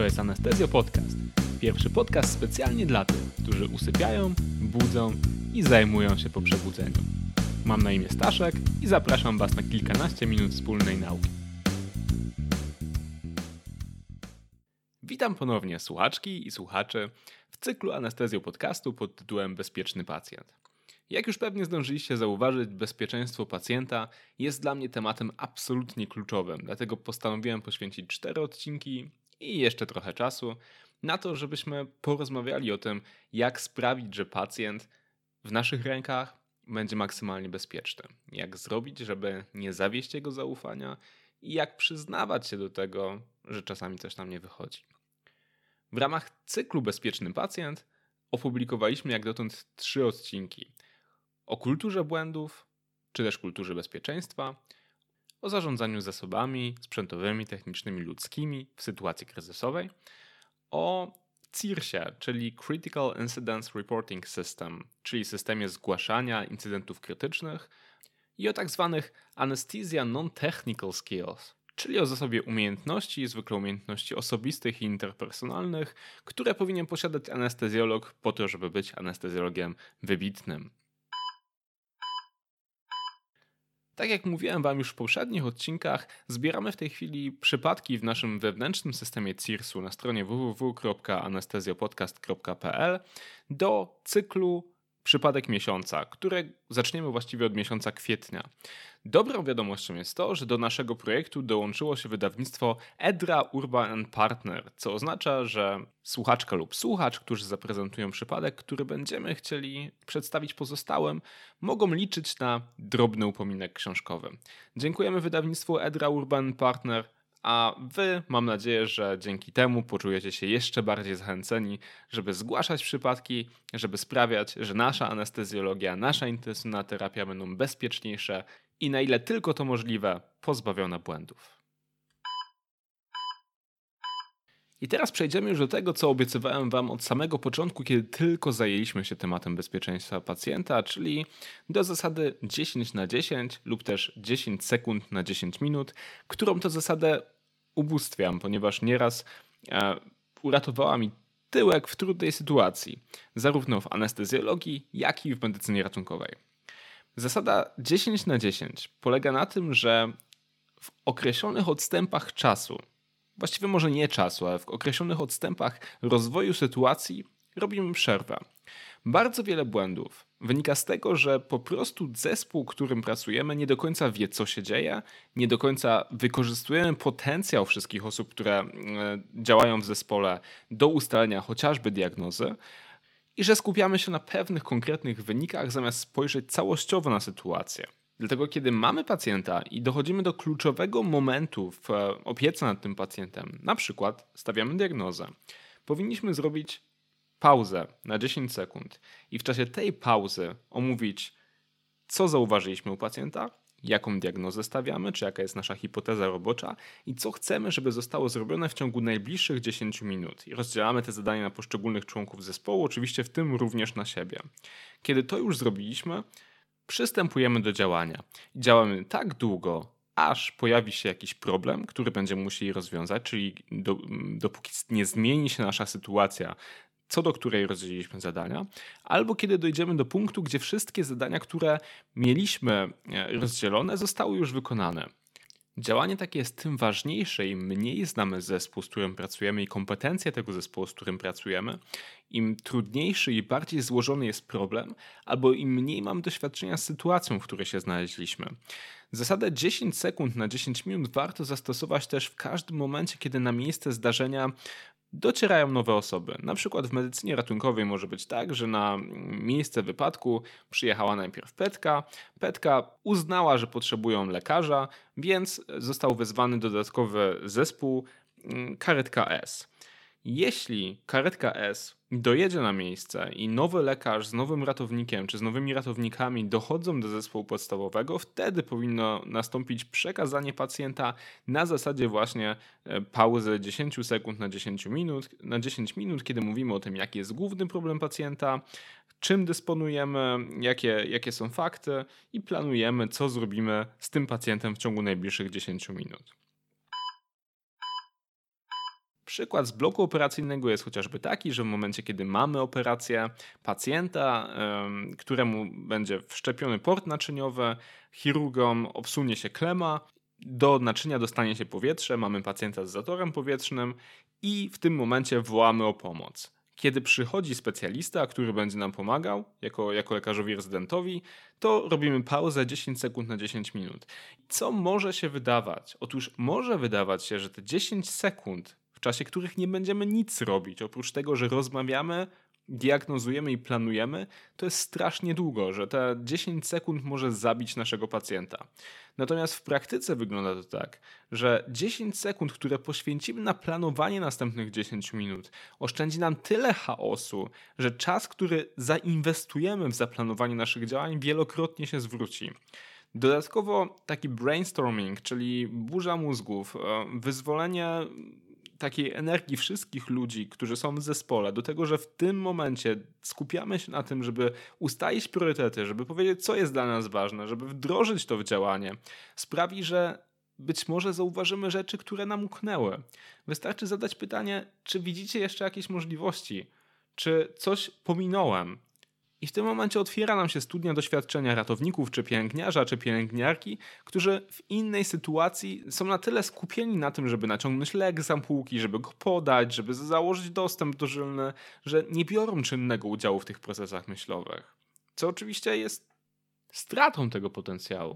To jest Anestezjo Podcast. Pierwszy podcast specjalnie dla tych, którzy usypiają, budzą i zajmują się po przebudzeniu. Mam na imię Staszek i zapraszam Was na kilkanaście minut wspólnej nauki. Witam ponownie słuchaczki i słuchaczy w cyklu Anestezjo Podcastu pod tytułem Bezpieczny pacjent. Jak już pewnie zdążyliście zauważyć, bezpieczeństwo pacjenta jest dla mnie tematem absolutnie kluczowym, dlatego postanowiłem poświęcić 4 odcinki i jeszcze trochę czasu na to, żebyśmy porozmawiali o tym, jak sprawić, że pacjent w naszych rękach będzie maksymalnie bezpieczny. Jak zrobić, żeby nie zawieść jego zaufania i jak przyznawać się do tego, że czasami coś nam nie wychodzi. W ramach cyklu Bezpieczny Pacjent opublikowaliśmy jak dotąd 3 odcinki. O kulturze błędów, czy też kulturze bezpieczeństwa, o zarządzaniu zasobami sprzętowymi, technicznymi, ludzkimi w sytuacji kryzysowej, o CIRS-ie, czyli Critical Incidents Reporting System, czyli systemie zgłaszania incydentów krytycznych i o tak zwanych Anesthesia Non-Technical Skills, czyli o zasobie umiejętności, zwykle umiejętności osobistych i interpersonalnych, które powinien posiadać anestezjolog po to, żeby być anestezjologiem wybitnym. Tak jak mówiłem Wam już w poprzednich odcinkach, zbieramy w tej chwili przypadki w naszym wewnętrznym systemie CIRS-u na stronie www.anestezjopodcast.pl do cyklu Przypadek Miesiąca, które zaczniemy właściwie od miesiąca kwietnia. Dobrą wiadomością jest to, że do naszego projektu dołączyło się wydawnictwo Edra Urban Partner, co oznacza, że słuchaczka lub słuchacz, którzy zaprezentują przypadek, który będziemy chcieli przedstawić pozostałym, mogą liczyć na drobny upominek książkowy. Dziękujemy wydawnictwu Edra Urban Partner, a Wy, mam nadzieję, że dzięki temu poczujecie się jeszcze bardziej zachęceni, żeby zgłaszać przypadki, żeby sprawiać, że nasza anestezjologia, nasza intensywna terapia będą bezpieczniejsze i na ile tylko to możliwe, pozbawione błędów. I teraz przejdziemy już do tego, co obiecywałem Wam od samego początku, kiedy tylko zajęliśmy się tematem bezpieczeństwa pacjenta, czyli do zasady 10/10 lub też 10 sekund na 10 minut, którą to zasadę ubóstwiam, ponieważ nieraz uratowała mi tyłek w trudnej sytuacji, zarówno w anestezjologii, jak i w medycynie ratunkowej. Zasada 10/10 polega na tym, że w określonych odstępach czasu, właściwie może nie czasu, ale w określonych odstępach rozwoju sytuacji robimy przerwę. Bardzo wiele błędów wynika z tego, że po prostu zespół, którym pracujemy, nie do końca wie, co się dzieje, nie do końca wykorzystujemy potencjał wszystkich osób, które działają w zespole do ustalenia chociażby diagnozy i że skupiamy się na pewnych konkretnych wynikach, zamiast spojrzeć całościowo na sytuację. Dlatego kiedy mamy pacjenta i dochodzimy do kluczowego momentu w opiece nad tym pacjentem, na przykład stawiamy diagnozę, powinniśmy zrobić pauzę na 10 sekund i w czasie tej pauzy omówić, co zauważyliśmy u pacjenta, jaką diagnozę stawiamy, czy jaka jest nasza hipoteza robocza i co chcemy, żeby zostało zrobione w ciągu najbliższych 10 minut. I rozdzielamy te zadania na poszczególnych członków zespołu, oczywiście w tym również na siebie. Kiedy to już zrobiliśmy, przystępujemy do działania. Działamy tak długo, aż pojawi się jakiś problem, który będziemy musieli rozwiązać, czyli dopóki nie zmieni się nasza sytuacja, co do której rozdzieliliśmy zadania, albo kiedy dojdziemy do punktu, gdzie wszystkie zadania, które mieliśmy rozdzielone, zostały już wykonane. Działanie takie jest tym ważniejsze, im mniej znamy zespół, z którym pracujemy i kompetencje tego zespołu, z którym pracujemy, im trudniejszy i bardziej złożony jest problem, albo im mniej mamy doświadczenia z sytuacją, w której się znaleźliśmy. Zasadę 10 sekund na 10 minut warto zastosować też w każdym momencie, kiedy na miejsce zdarzenia docierają nowe osoby. Na przykład w medycynie ratunkowej może być tak, że na miejsce wypadku przyjechała najpierw petka. Petka uznała, że potrzebują lekarza, więc został wezwany dodatkowy zespół, karetka S. Jeśli karetka S dojedzie na miejsce i nowy lekarz z nowym ratownikiem czy z nowymi ratownikami dochodzą do zespołu podstawowego, wtedy powinno nastąpić przekazanie pacjenta na zasadzie właśnie pauzy 10 sekund na 10 minut, kiedy mówimy o tym, jaki jest główny problem pacjenta, czym dysponujemy, jakie są fakty i planujemy, co zrobimy z tym pacjentem w ciągu najbliższych 10 minut. Przykład z bloku operacyjnego jest chociażby taki, że w momencie, kiedy mamy operację pacjenta, któremu będzie wszczepiony port naczyniowy, chirurgom obsunie się klema, do naczynia dostanie się powietrze, mamy pacjenta z zatorem powietrznym i w tym momencie wołamy o pomoc. Kiedy przychodzi specjalista, który będzie nam pomagał, jako lekarzowi rezydentowi, to robimy pauzę 10 sekund na 10 minut. Co może się wydawać? Otóż może wydawać się, że te 10 sekund, w czasie których nie będziemy nic robić, oprócz tego, że rozmawiamy, diagnozujemy i planujemy, to jest strasznie długo, że te 10 sekund może zabić naszego pacjenta. Natomiast w praktyce wygląda to tak, że 10 sekund, które poświęcimy na planowanie następnych 10 minut, oszczędzi nam tyle chaosu, że czas, który zainwestujemy w zaplanowanie naszych działań, wielokrotnie się zwróci. Dodatkowo taki brainstorming, czyli burza mózgów, wyzwolenie takiej energii wszystkich ludzi, którzy są w zespole, do tego, że w tym momencie skupiamy się na tym, żeby ustalić priorytety, żeby powiedzieć, co jest dla nas ważne, żeby wdrożyć to w działanie, sprawi, że być może zauważymy rzeczy, które nam umknęły. Wystarczy zadać pytanie, czy widzicie jeszcze jakieś możliwości, czy coś pominąłem. I w tym momencie otwiera nam się studnia doświadczenia ratowników, czy pielęgniarza, czy pielęgniarki, którzy w innej sytuacji są na tyle skupieni na tym, żeby naciągnąć lek z ampułki, żeby go podać, żeby założyć dostęp dożylny, że nie biorą czynnego udziału w tych procesach myślowych. Co oczywiście jest stratą tego potencjału.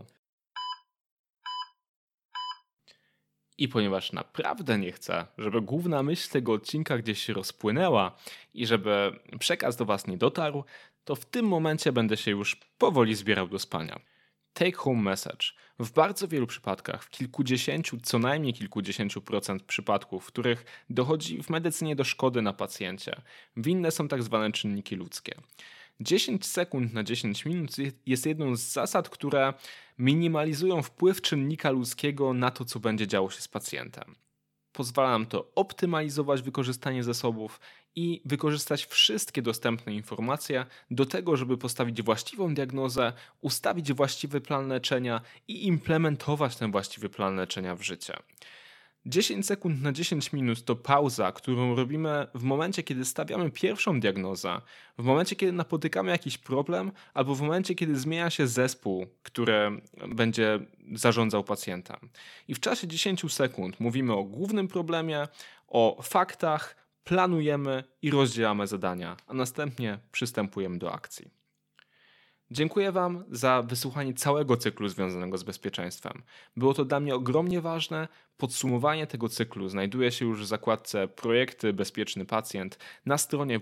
I ponieważ naprawdę nie chcę, żeby główna myśl tego odcinka gdzieś się rozpłynęła i żeby przekaz do Was nie dotarł, to w tym momencie będę się już powoli zbierał do spania. Take home message. W bardzo wielu przypadkach, w kilkudziesięciu, co najmniej kilkudziesięciu procent przypadków, w których dochodzi w medycynie do szkody na pacjencie, winne są tak zwane czynniki ludzkie. 10 sekund na 10 minut jest jedną z zasad, które minimalizują wpływ czynnika ludzkiego na to, co będzie działo się z pacjentem. Pozwala nam to optymalizować wykorzystanie zasobów i wykorzystać wszystkie dostępne informacje do tego, żeby postawić właściwą diagnozę, ustawić właściwy plan leczenia i implementować ten właściwy plan leczenia w życie. 10 sekund na 10 minut to pauza, którą robimy w momencie, kiedy stawiamy pierwszą diagnozę, w momencie, kiedy napotykamy jakiś problem, albo w momencie, kiedy zmienia się zespół, który będzie zarządzał pacjentem. I w czasie 10 sekund mówimy o głównym problemie, o faktach, planujemy i rozdzielamy zadania, a następnie przystępujemy do akcji. Dziękuję Wam za wysłuchanie całego cyklu związanego z bezpieczeństwem. Było to dla mnie ogromnie ważne. Podsumowanie tego cyklu znajduje się już w zakładce Projekty Bezpieczny Pacjent na stronie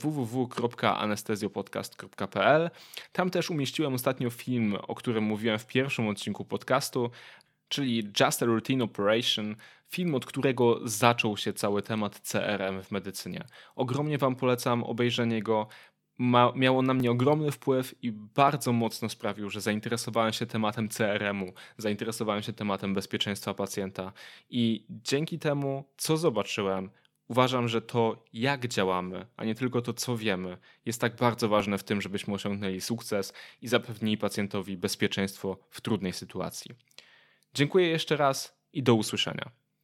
www.anestezjopodcast.pl. Tam też umieściłem ostatnio film, o którym mówiłem w pierwszym odcinku podcastu, czyli Just a Routine Operation, film, od którego zaczął się cały temat CRM w medycynie. Ogromnie Wam polecam obejrzenie go. Miało na mnie ogromny wpływ i bardzo mocno sprawił, że zainteresowałem się tematem CRM-u, zainteresowałem się tematem bezpieczeństwa pacjenta i dzięki temu, co zobaczyłem, uważam, że to, jak działamy, a nie tylko to, co wiemy, jest tak bardzo ważne w tym, żebyśmy osiągnęli sukces i zapewnili pacjentowi bezpieczeństwo w trudnej sytuacji. Dziękuję jeszcze raz i do usłyszenia.